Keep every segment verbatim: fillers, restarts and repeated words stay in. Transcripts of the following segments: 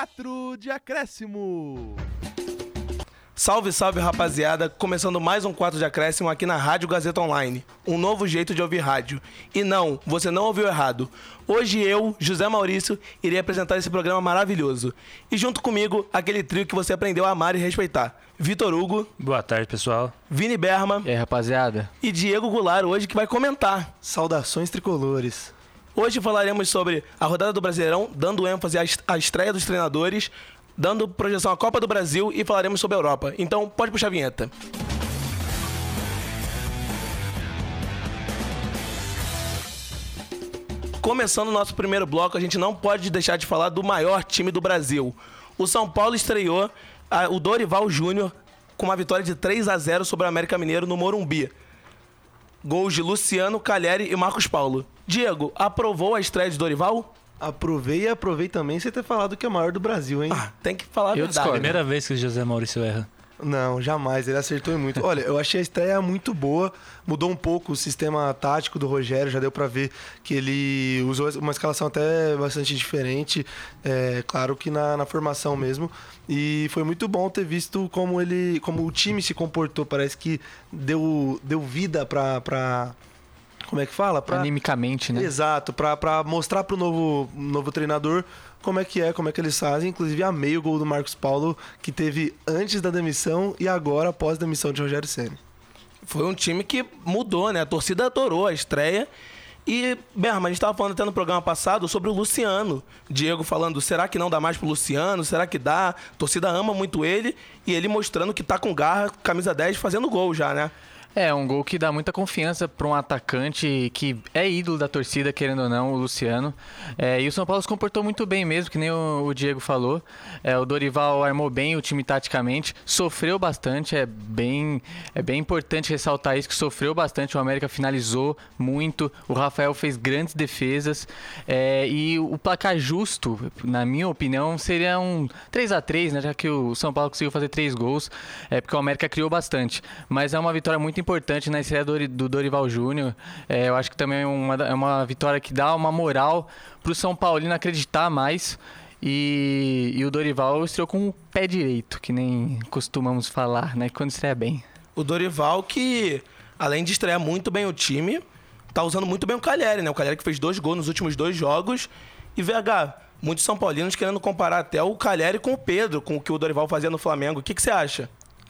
quatro de acréscimo. Salve, salve, rapaziada. Começando mais um quatro de acréscimo aqui na Rádio Gazeta Online. Um novo jeito de ouvir rádio. E não, você não ouviu errado. Hoje eu, José Maurício, irei apresentar esse programa maravilhoso. E junto comigo, aquele trio que você aprendeu a amar e respeitar. Vitor Hugo. Boa tarde, pessoal. Vini Berma. E aí, rapaziada. E Diego Goulart, hoje que vai comentar. Saudações tricolores. Hoje falaremos sobre a rodada do Brasileirão, dando ênfase à estreia dos treinadores, dando projeção à Copa do Brasil e falaremos sobre a Europa. Então, pode puxar a vinheta. Começando o nosso primeiro bloco, a gente não pode deixar de falar do maior time do Brasil. O São Paulo estreou a, o Dorival Júnior com uma vitória de três a zero sobre o América Mineiro no Morumbi. Gols de Luciano, Calheri e Marcos Paulo. Diego, aprovou a estreia de Dorival? Aprovei e aprovei também você ter falado que é o maior do Brasil, hein? Ah, tem que falar a Eu verdade. discordo. Primeira vez que o José Maurício erra. Não, jamais, ele acertou muito. Olha, eu achei a estreia muito boa, mudou um pouco o sistema tático do Rogério, já deu pra ver que ele usou uma escalação até bastante diferente, é, claro que na, na formação mesmo, e foi muito bom ter visto como ele, como o time se comportou, parece que deu, deu vida pra... pra... Como é que fala? Pra... Animicamente, né? Exato, pra, pra mostrar pro novo, novo treinador como é que é, como é que eles fazem. Inclusive, amei o gol do Marcos Paulo, que teve antes da demissão e agora após a demissão de Rogério Ceni. Foi um time que mudou, né? A torcida adorou a estreia. E, Berma, a gente estava falando até no programa passado sobre o Luciano. Diego falando, será que não dá mais pro Luciano? Será que dá? A torcida ama muito ele. E ele mostrando que tá com garra, camisa dez, fazendo gol já, né? É, um gol que dá muita confiança para um atacante que é ídolo da torcida, querendo ou não, o Luciano. É, e o São Paulo se comportou muito bem mesmo, que nem o, o Diego falou. É, o Dorival armou bem o time taticamente, sofreu bastante, é bem, é bem importante ressaltar isso, que sofreu bastante, o América finalizou muito, o Rafael fez grandes defesas, é, e o placar justo, na minha opinião, seria um três a três, né, já que o São Paulo conseguiu fazer três gols, é, porque o América criou bastante. Mas é uma vitória muito importante na estreia do Dorival Júnior. É, eu acho que também é uma, é uma vitória que dá uma moral pro São Paulino acreditar mais. E, e o Dorival estreou com o pé direito, que nem costumamos falar, né? Quando estreia bem. O Dorival que, além de estrear muito bem o time, tá usando muito bem o Calheri, né? O Calheri que fez dois gols nos últimos dois jogos. E V H, muitos São Paulinos querendo comparar até o Calheri com o Pedro, com o que o Dorival fazia no Flamengo. O que, que você acha?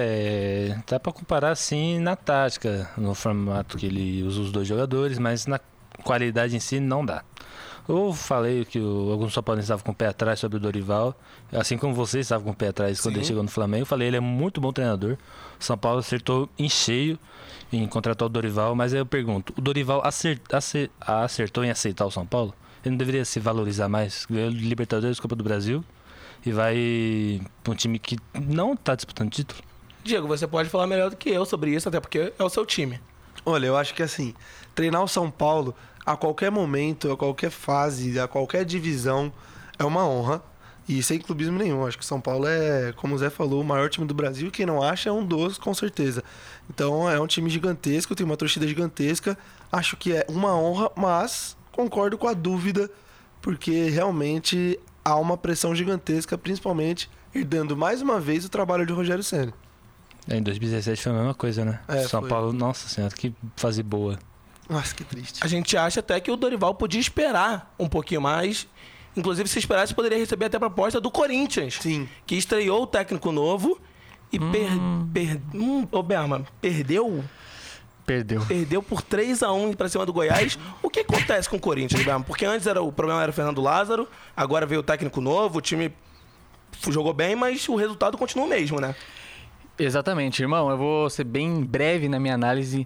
É, dá pra comparar sim na tática, no formato que ele usa os dois jogadores, mas na qualidade em si não dá. Eu falei que o, alguns São Paulo estavam com o pé atrás sobre o Dorival, assim como vocês estavam com o pé atrás quando Sim. ele chegou no Flamengo. Eu falei, ele é muito bom treinador. O São Paulo acertou em cheio em contratar o Dorival, mas aí eu pergunto, o Dorival acert, acert, acertou em aceitar o São Paulo? Ele não deveria se valorizar mais? Ganhou Libertadores, Copa do Brasil e vai para um time que não está disputando título? Diego, você pode falar melhor do que eu sobre isso, até porque é o seu time. Olha, eu acho que assim, treinar o São Paulo a qualquer momento, a qualquer fase, a qualquer divisão, é uma honra. E sem clubismo nenhum. Acho que o São Paulo é, como o Zé falou, o maior time do Brasil. E quem não acha é um dos, com certeza. Então é um time gigantesco, tem uma torcida gigantesca. Acho que é uma honra, mas concordo com a dúvida, porque realmente há uma pressão gigantesca, principalmente herdando mais uma vez o trabalho de Rogério Ceni. Em dois mil e dezessete foi a mesma coisa, né? É, São foi. Paulo, nossa senhora, que fase boa. Nossa, que triste. A gente acha até que o Dorival podia esperar um pouquinho mais. Inclusive, se esperasse, poderia receber até a proposta do Corinthians. Sim. Que estreou o técnico novo e hum. per... per... Hum, ô Berma, perdeu... Perdeu. Perdeu por três a um pra cima do Goiás. O que acontece com o Corinthians, Berma? Porque antes era, o problema era o Fernando Lázaro, agora veio o técnico novo, o time jogou bem, mas o resultado continua o mesmo, né? Exatamente, irmão. Eu vou ser bem breve na minha análise.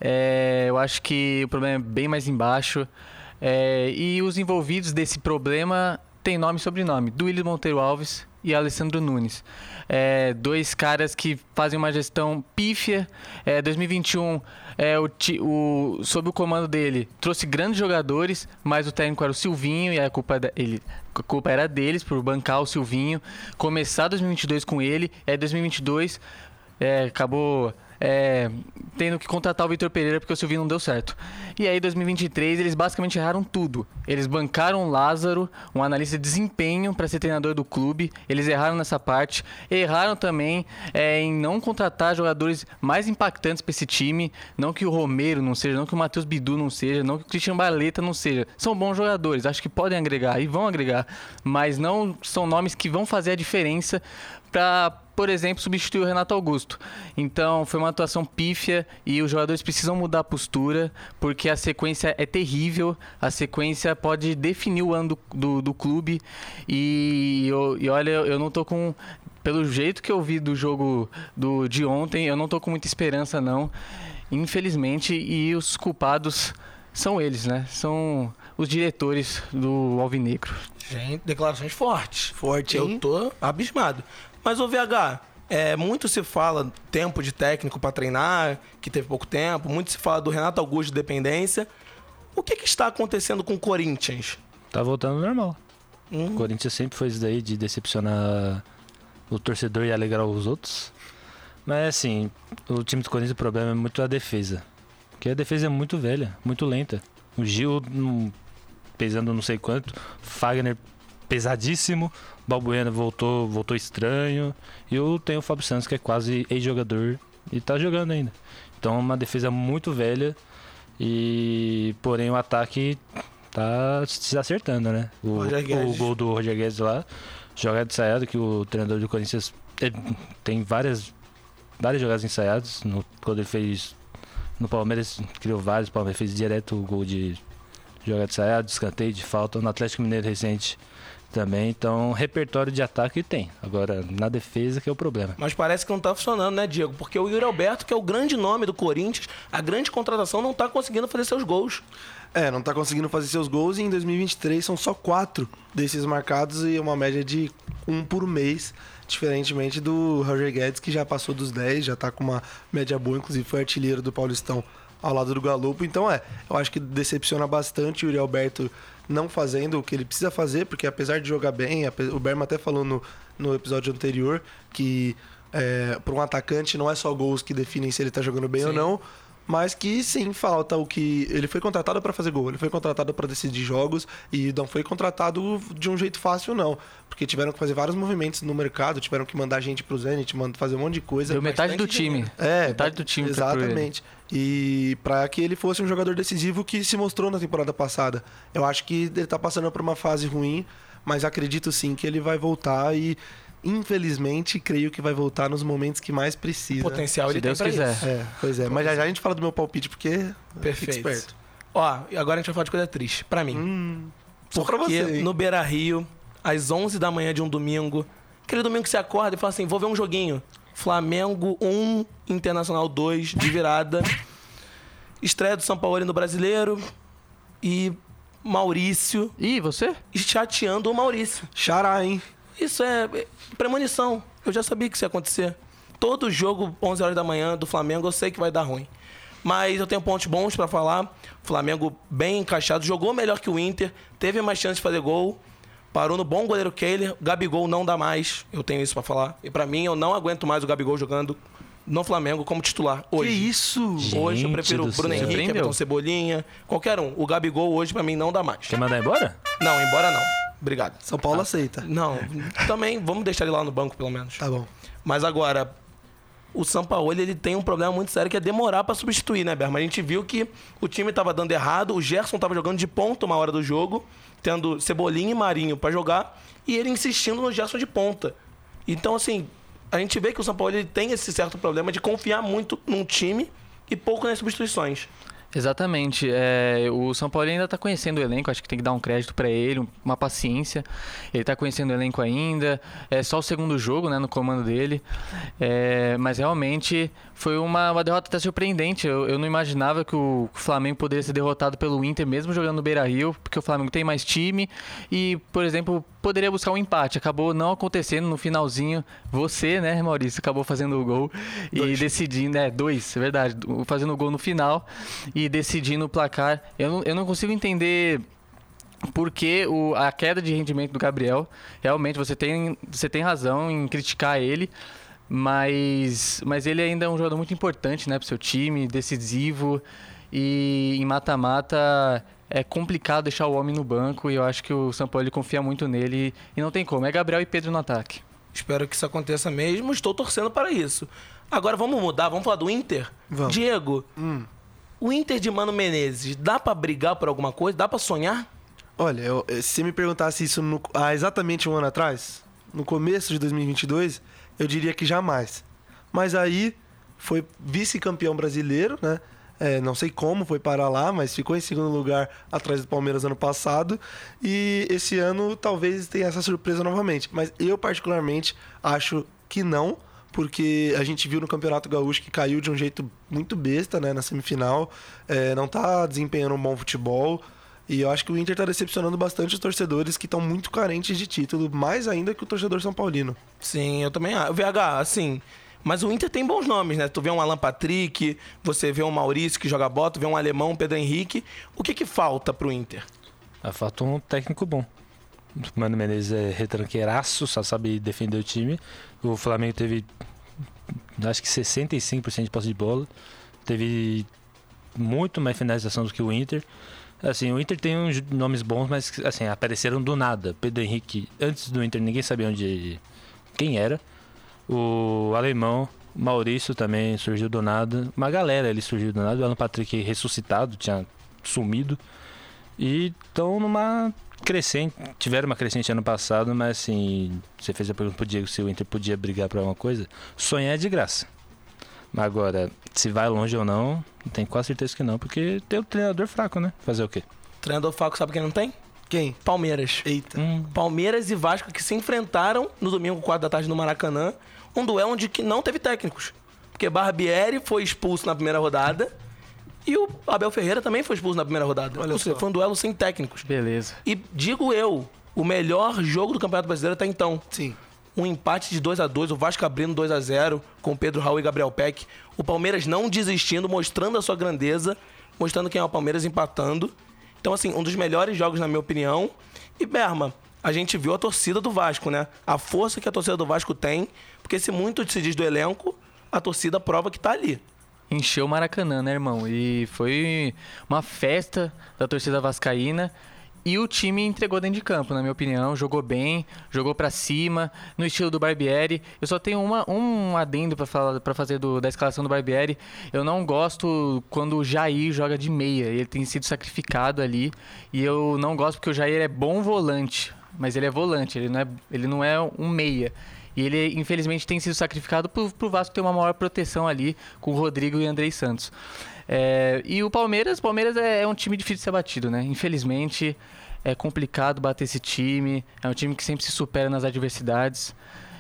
É, eu acho que o problema é bem mais embaixo. É, e os envolvidos desse problema têm nome e sobrenome. Duílio Monteiro Alves e Alessandro Nunes. É, dois caras que fazem uma gestão pífia. É, dois mil e vinte e um, é, o, o, sob o comando dele, trouxe grandes jogadores, mas o técnico era o Silvinho e a culpa, da, ele, a culpa era deles por bancar o Silvinho. Começar dois mil e vinte e dois com ele, é dois mil e vinte e dois é, acabou... É, tendo que contratar o Vitor Pereira porque o Silvinho não deu certo. E aí, em dois mil e vinte e três, eles basicamente erraram tudo. Eles bancaram o Lázaro, um analista de desempenho, para ser treinador do clube. Eles erraram nessa parte. Erraram também é, em não contratar jogadores mais impactantes para esse time. Não que o Romero não seja, não que o Matheus Bidu não seja, não que o Christian Barleta não seja. São bons jogadores, acho que podem agregar e vão agregar. Mas não são nomes que vão fazer a diferença para, por exemplo, substituir o Renato Augusto. Então, foi uma atuação pífia e os jogadores precisam mudar a postura, porque a sequência é terrível, a sequência pode definir o ano do, do, do clube. E, eu, e olha, eu não tô com... Pelo jeito que eu vi do jogo do, de ontem, eu não tô com muita esperança, não. Infelizmente, e os culpados são eles, né? São os diretores do Alvinegro. Gente, declarações fortes. Forte, hein? Eu tô abismado. Mas o V H, é, muito se fala tempo de técnico para treinar, que teve pouco tempo, muito se fala do Renato Augusto de dependência. O que, que está acontecendo com o Corinthians? Tá voltando ao normal. Hum. O Corinthians sempre foi isso daí, de decepcionar o torcedor e alegrar os outros. Mas assim, o time do Corinthians, o problema é muito a defesa. Porque a defesa é muito velha, muito lenta. O Gil hum, pesando não sei quanto, Fagner pesadíssimo, Balbuena voltou, voltou estranho. E eu tenho o Fábio Santos, que é quase ex-jogador e tá jogando ainda. Então uma defesa muito velha. E porém o ataque tá se acertando, né? O, o gol do Roger Guedes lá, jogada ensaiada, que o treinador do Corinthians tem várias, várias jogadas ensaiadas. No, quando ele fez no Palmeiras, criou vários, o Palmeiras fez direto o gol de jogada ensaiada, de escanteio, de falta. No Atlético Mineiro recente também. Então, repertório de ataque tem. Agora, na defesa que é o problema. Mas parece que não tá funcionando, né, Diego? Porque o Yuri Alberto, que é o grande nome do Corinthians, a grande contratação, não tá conseguindo fazer seus gols. É, não tá conseguindo fazer seus gols e em dois mil e vinte e três são só quatro desses marcados e uma média de um por mês, diferentemente do Roger Guedes, que já passou dos dez, já tá com uma média boa, inclusive foi artilheiro do Paulistão ao lado do Galopo. Então é, eu acho que decepciona bastante o Yuri Alberto não fazendo o que ele precisa fazer, porque apesar de jogar bem, o Berma até falou no, no episódio anterior que é, para um atacante não é só gols que definem se ele tá jogando bem sim. ou não, mas que sim, falta o que... Ele foi contratado para fazer gol, ele foi contratado para decidir jogos e não foi contratado de um jeito fácil, não. Porque tiveram que fazer vários movimentos no mercado, tiveram que mandar gente pro Zenit, fazer um monte de coisa. Deu metade do time. É, metade do time. Exatamente. E para que ele fosse um jogador decisivo que se mostrou na temporada passada. Eu acho que ele tá passando por uma fase ruim, mas acredito sim que ele vai voltar e... Infelizmente, creio que vai voltar nos momentos que mais precisa. Potencial Se ele Deus tem pra quiser. isso. É, pois é. Mas já já a gente fala do meu palpite, porque... Perfeito. Fica esperto. Ó, e agora a gente vai falar de coisa triste, pra mim. Hum, só pra Porque você, hein? no Beira-Rio, às onze da manhã de um domingo, aquele domingo que você acorda e fala assim, vou ver um joguinho. Flamengo um, Internacional dois, de virada. Estreia do São Paulo no Brasileiro. E Maurício... Ih, você? Chateando o Maurício. Xará, hein? Isso é premonição. Eu já sabia que isso ia acontecer. Todo jogo, onze horas da manhã, do Flamengo, eu sei que vai dar ruim. Mas eu tenho pontos bons pra falar. O Flamengo bem encaixado, jogou melhor que o Inter, teve mais chance de fazer gol, parou no bom goleiro Kehler. Gabigol não dá mais, eu tenho isso pra falar. E pra mim, eu não aguento mais o Gabigol jogando no Flamengo como titular hoje. Que isso? Hoje eu Gente prefiro o do Bruno céu. Henrique, Surpreendeu. Capitão Cebolinha, qualquer um. O Gabigol hoje pra mim não dá mais. Quer mandar embora? Não, embora não. Obrigado. São Paulo aceita. Não, também vamos deixar ele lá no banco pelo menos. Tá bom. Mas agora, o Sampaoli, ele tem um problema muito sério que é demorar pra substituir, né, Berma? A gente viu que o time tava dando errado, o Gerson tava jogando de ponta uma hora do jogo, tendo Cebolinha e Marinho pra jogar, e ele insistindo no Gerson de ponta. Então, assim, a gente vê que o Sampaoli ele tem esse certo problema de confiar muito num time e pouco nas substituições. Exatamente. É, o São Paulo ainda está conhecendo o elenco, acho que tem que dar um crédito para ele, uma paciência. Ele está conhecendo o elenco ainda, é só o segundo jogo, né, no comando dele. É, mas realmente foi uma, uma derrota até surpreendente. Eu, eu não imaginava que o Flamengo poderia ser derrotado pelo Inter, mesmo jogando no Beira-Rio, porque o Flamengo tem mais time e, por exemplo, poderia buscar um empate. Acabou não acontecendo no finalzinho. Você, né, Maurício, acabou fazendo o gol dois. e decidindo, né, dois, é verdade, fazendo o gol no final e decidindo o placar. Eu não, eu não consigo entender porque o, a queda de rendimento do Gabriel. Realmente, você tem, você tem razão em criticar ele, mas, mas ele ainda é um jogador muito importante, né, pro seu time, decisivo. E em mata-mata é complicado deixar o homem no banco. E eu acho que o São Paulo ele confia muito nele. E não tem como. É Gabriel e Pedro no ataque. Espero que isso aconteça mesmo. Estou torcendo para isso. Agora vamos mudar. Vamos falar do Inter? Vamos. Diego, Hum. o Inter de Mano Menezes, dá para brigar por alguma coisa? Dá para sonhar? Olha, eu, se você me perguntasse isso no- há exatamente um ano atrás, no começo de dois mil e vinte e dois, eu diria que jamais. Mas aí foi vice-campeão brasileiro, né? É, não sei como foi parar lá, mas ficou em segundo lugar atrás do Palmeiras ano passado. E esse ano talvez tenha essa surpresa novamente. Mas eu, particularmente, acho que não, porque a gente viu no Campeonato Gaúcho que caiu de um jeito muito besta, né, na semifinal. É, não tá desempenhando um bom futebol. E eu acho que o Inter tá decepcionando bastante os torcedores que estão muito carentes de título, mais ainda que o torcedor são paulino. Sim, eu também acho. O V H, assim... Mas o Inter tem bons nomes, né? Tu vê um Alan Patrick, você vê um Maurício que joga bola, tu vê um alemão, um Pedro Henrique. O que que falta pro Inter? Ah, falta um técnico bom. O Mano Menezes é retranqueiraço, só sabe defender o time. O Flamengo teve, acho que sessenta e cinco por cento de posse de bola. Teve muito mais finalização do que o Inter. Assim, o Inter tem uns nomes bons, mas assim, apareceram do nada. Pedro Henrique, antes do Inter, ninguém sabia onde, quem era. O alemão, Maurício também surgiu do nada. Uma galera ali surgiu do nada. O Alan Patrick ressuscitado, tinha sumido. E estão numa crescente. Tiveram uma crescente ano passado, mas assim, você fez a pergunta pro Diego se o Inter podia brigar por alguma coisa. Sonhar é de graça. Mas agora, se vai longe ou não, tenho quase certeza que não, porque tem o treinador fraco, né? Fazer o quê? Treinador Falco, sabe quem não tem? Quem? Palmeiras. Eita. Hum, Palmeiras e Vasco que se enfrentaram no domingo, quatro da tarde, no Maracanã. Um duelo onde que não teve técnicos. Porque Barbieri foi expulso na primeira rodada e o Abel Ferreira também foi expulso na primeira rodada. Olha Ou seja, só. foi um duelo sem técnicos. Beleza. E digo eu, o melhor jogo do Campeonato Brasileiro até então. Sim. Um empate de dois a dois, o Vasco abrindo dois a zero com Pedro Raul e Gabriel Peck. O Palmeiras não desistindo, mostrando a sua grandeza, mostrando quem é o Palmeiras, empatando. Então, assim, um dos melhores jogos, na minha opinião. E, Berma, a gente viu a torcida do Vasco, né? A força que a torcida do Vasco tem, porque se muito se diz do elenco, a torcida prova que tá ali. Encheu o Maracanã, né, irmão? E foi uma festa da torcida vascaína. E o time entregou dentro de campo, na minha opinião. Jogou bem, jogou pra cima, no estilo do Barbieri. Eu só tenho uma, um adendo pra, falar, pra fazer do, da escalação do Barbieri. Eu não gosto quando o Jair joga de meia. Ele tem sido sacrificado ali. E eu não gosto porque o Jair é bom volante. Mas ele é volante, ele não é, ele não é um meia. E ele, infelizmente, tem sido sacrificado pro, pro Vasco ter uma maior proteção ali com o Rodrigo e o Andrei Santos. É, e o Palmeiras, Palmeiras é, é um time difícil de ser batido, né? Infelizmente, é complicado bater esse time. É um time que sempre se supera nas adversidades.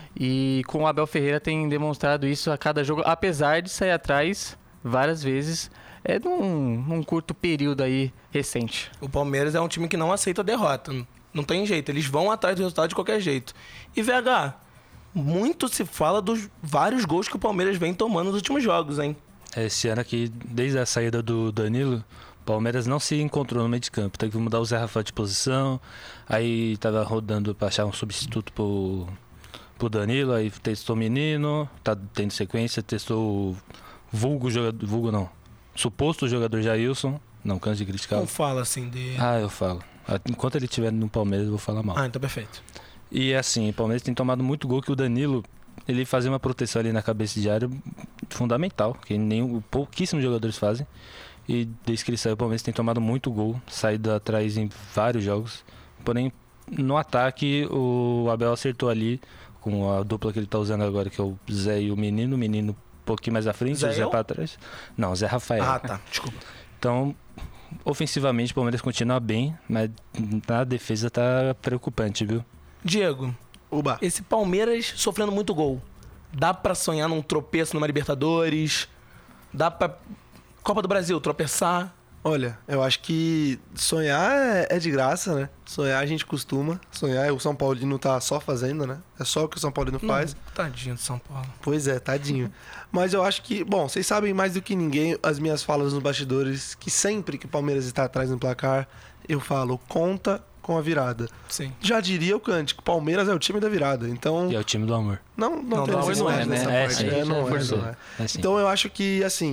E com o Abel Ferreira tem demonstrado isso a cada jogo, apesar de sair atrás várias vezes, é num, num curto período aí recente. O Palmeiras é um time que não aceita derrota. Não tem jeito, eles vão atrás do resultado de qualquer jeito. E, V H, muito se fala dos vários gols que o Palmeiras vem tomando nos últimos jogos, hein? esse ano aqui, desde a saída do Danilo, o Palmeiras não se encontrou no meio de campo. Teve que mudar o Zé Rafael de posição. Aí tava rodando pra achar um substituto pro, pro Danilo. Aí testou o menino, tá tendo sequência. Testou o vulgo jogador. Vulgo não. Suposto jogador Jailson. Não canso de criticar. Não fala assim de... Ah, eu falo. Enquanto ele estiver no Palmeiras, eu vou falar mal. Ah, então perfeito. E assim, o Palmeiras tem tomado muito gol que o Danilo, ele fazia uma proteção ali na cabeça de área fundamental, que nenhum, pouquíssimos jogadores fazem. E desde que ele saiu, o Palmeiras tem tomado muito gol, saído atrás em vários jogos. Porém, no ataque, o Abel acertou ali com a dupla que ele tá usando agora, que é o Zé e o Menino. O Menino um pouquinho mais à frente, Zé o Zé eu? pra trás. Não, o Zé Rafael. Ah, tá. Desculpa. Então, ofensivamente, o Palmeiras continua bem, mas na defesa tá preocupante, viu? Diego, Uba. esse Palmeiras sofrendo muito gol. Dá pra sonhar num tropeço numa Libertadores? Dá pra Copa do Brasil tropeçar? Olha, eu acho que sonhar é, é de graça, né? Sonhar a gente costuma. Sonhar, o São Paulino tá só fazendo, né? É só o que o São Paulino faz. Hum, tadinho do São Paulo. Pois é, tadinho. Mas eu acho que, bom, vocês sabem mais do que ninguém as minhas falas nos bastidores, que sempre que o Palmeiras está atrás no placar, eu falo, conta com a virada. Sim. Já diria o cântico, Palmeiras é o time da virada. Então, E é o time do amor. não, não, Não, tem não, essa não é, parte né? dessa É, parte, sim, é, não já é, forçou. não é. É assim. Então eu acho que, assim,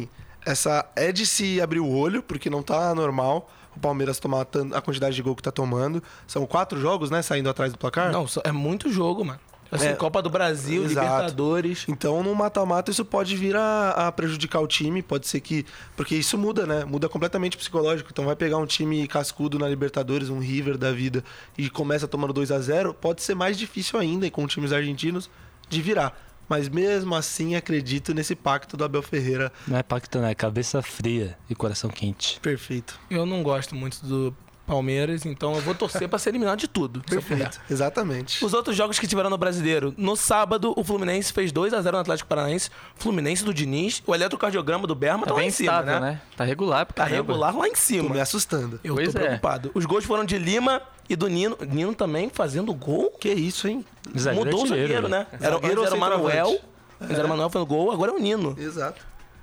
essa é de se abrir o olho, porque não tá normal o Palmeiras tomar tan- a quantidade de gol que tá tomando. São quatro jogos, né, saindo atrás do placar? Não, só- é muito jogo, mano. Assim, É. Copa do Brasil, Exato. Libertadores. Então, no mata-mata, isso pode vir a, a prejudicar o time. Pode ser que... Porque isso muda, né? Muda completamente o psicológico. Então, vai pegar um time cascudo na Libertadores, um River da vida, e começa tomando dois a zero, pode ser mais difícil ainda, e com times argentinos, de virar. Mas, mesmo assim, acredito nesse pacto do Abel Ferreira. Não é pacto, não, é cabeça fria e coração quente. Perfeito. Eu não gosto muito do Palmeiras, então eu vou torcer pra ser eliminado de tudo. se eu puder. Perfeito. Exatamente. Os outros jogos que tiveram no Brasileiro. No sábado, o Fluminense fez dois a zero no Atlético Paranaense. Fluminense do Diniz. O eletrocardiograma do Berma tá, Tá lá bem em cima, estável, né? né? Tá regular pra Tá caramba. regular lá em Tô cima. me assustando. Eu Pois tô é. preocupado. Os gols foram de Lima e do Nino. Nino também fazendo gol. Que isso, hein? Zagueiro Mudou o artilheiro, zagueiro, né? Era, Zagueiro antes era o ou Manuel. centroavante? Antes era o Manuel fazendo gol, agora é o Nino. Exato.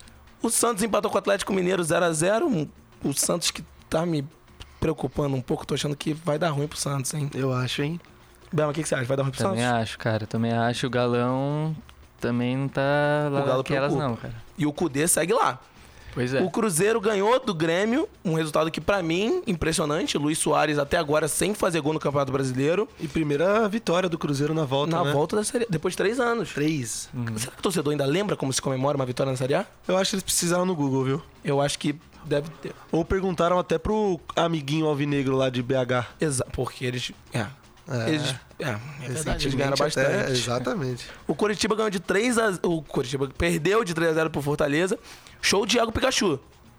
O Santos empatou com o Atlético Mineiro zero a zero. O Santos que tá me preocupando um pouco. Tô achando que vai dar ruim pro Santos, hein? Eu acho, hein? Bela, o que, que você acha? Vai dar ruim pro Também Santos? acho, cara. Também acho. O Galão também não tá lá O Galo naquelas, preocupa. não, cara. E o Cudê segue lá. Pois é. O Cruzeiro ganhou do Grêmio, um resultado que pra mim, impressionante. Luiz Soares até agora sem fazer gol no Campeonato Brasileiro. E primeira vitória do Cruzeiro na volta, Na né? volta da Série A, depois de três anos. Três. Será que o torcedor ainda lembra como se comemora uma vitória na Série A? Eu acho que eles precisaram no Google, viu? Eu acho que deve ter. Ou perguntaram até pro amiguinho alvinegro lá de B H. Exa porque eles... É. É. Eles... É, é verdade, eles Recentemente ganharam até- bastante. exatamente. O Coritiba ganhou de três a... O Coritiba perdeu de três a zero pro Fortaleza. Show de Iago Pikachu.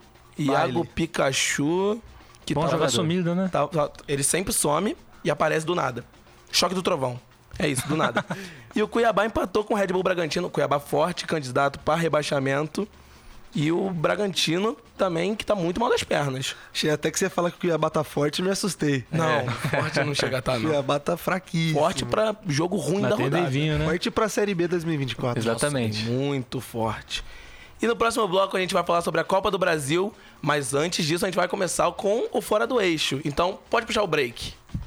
Iago Baile. Pikachu... Que Bom tava- jogar sumido, né? Tá- tá- ele sempre some e aparece do nada. Choque do trovão. É isso, do nada. E o Cuiabá empatou com o Red Bull Bragantino. Cuiabá forte, candidato para rebaixamento. E o Bragantino também, que tá muito mal das pernas. Achei até que você ia falar que o Cuiabá tá forte e me assustei. Não, forte não chega a tá, O não. Cuiabá tá fraquíssimo. Forte pra jogo ruim da Batendo rodada. e vinho, né? Forte pra Série B dois mil e vinte e quatro. Exatamente. Nossa, muito forte. E no próximo bloco a gente vai falar sobre a Copa do Brasil, mas antes disso a gente vai começar com o Fora do Eixo. Então pode puxar o break.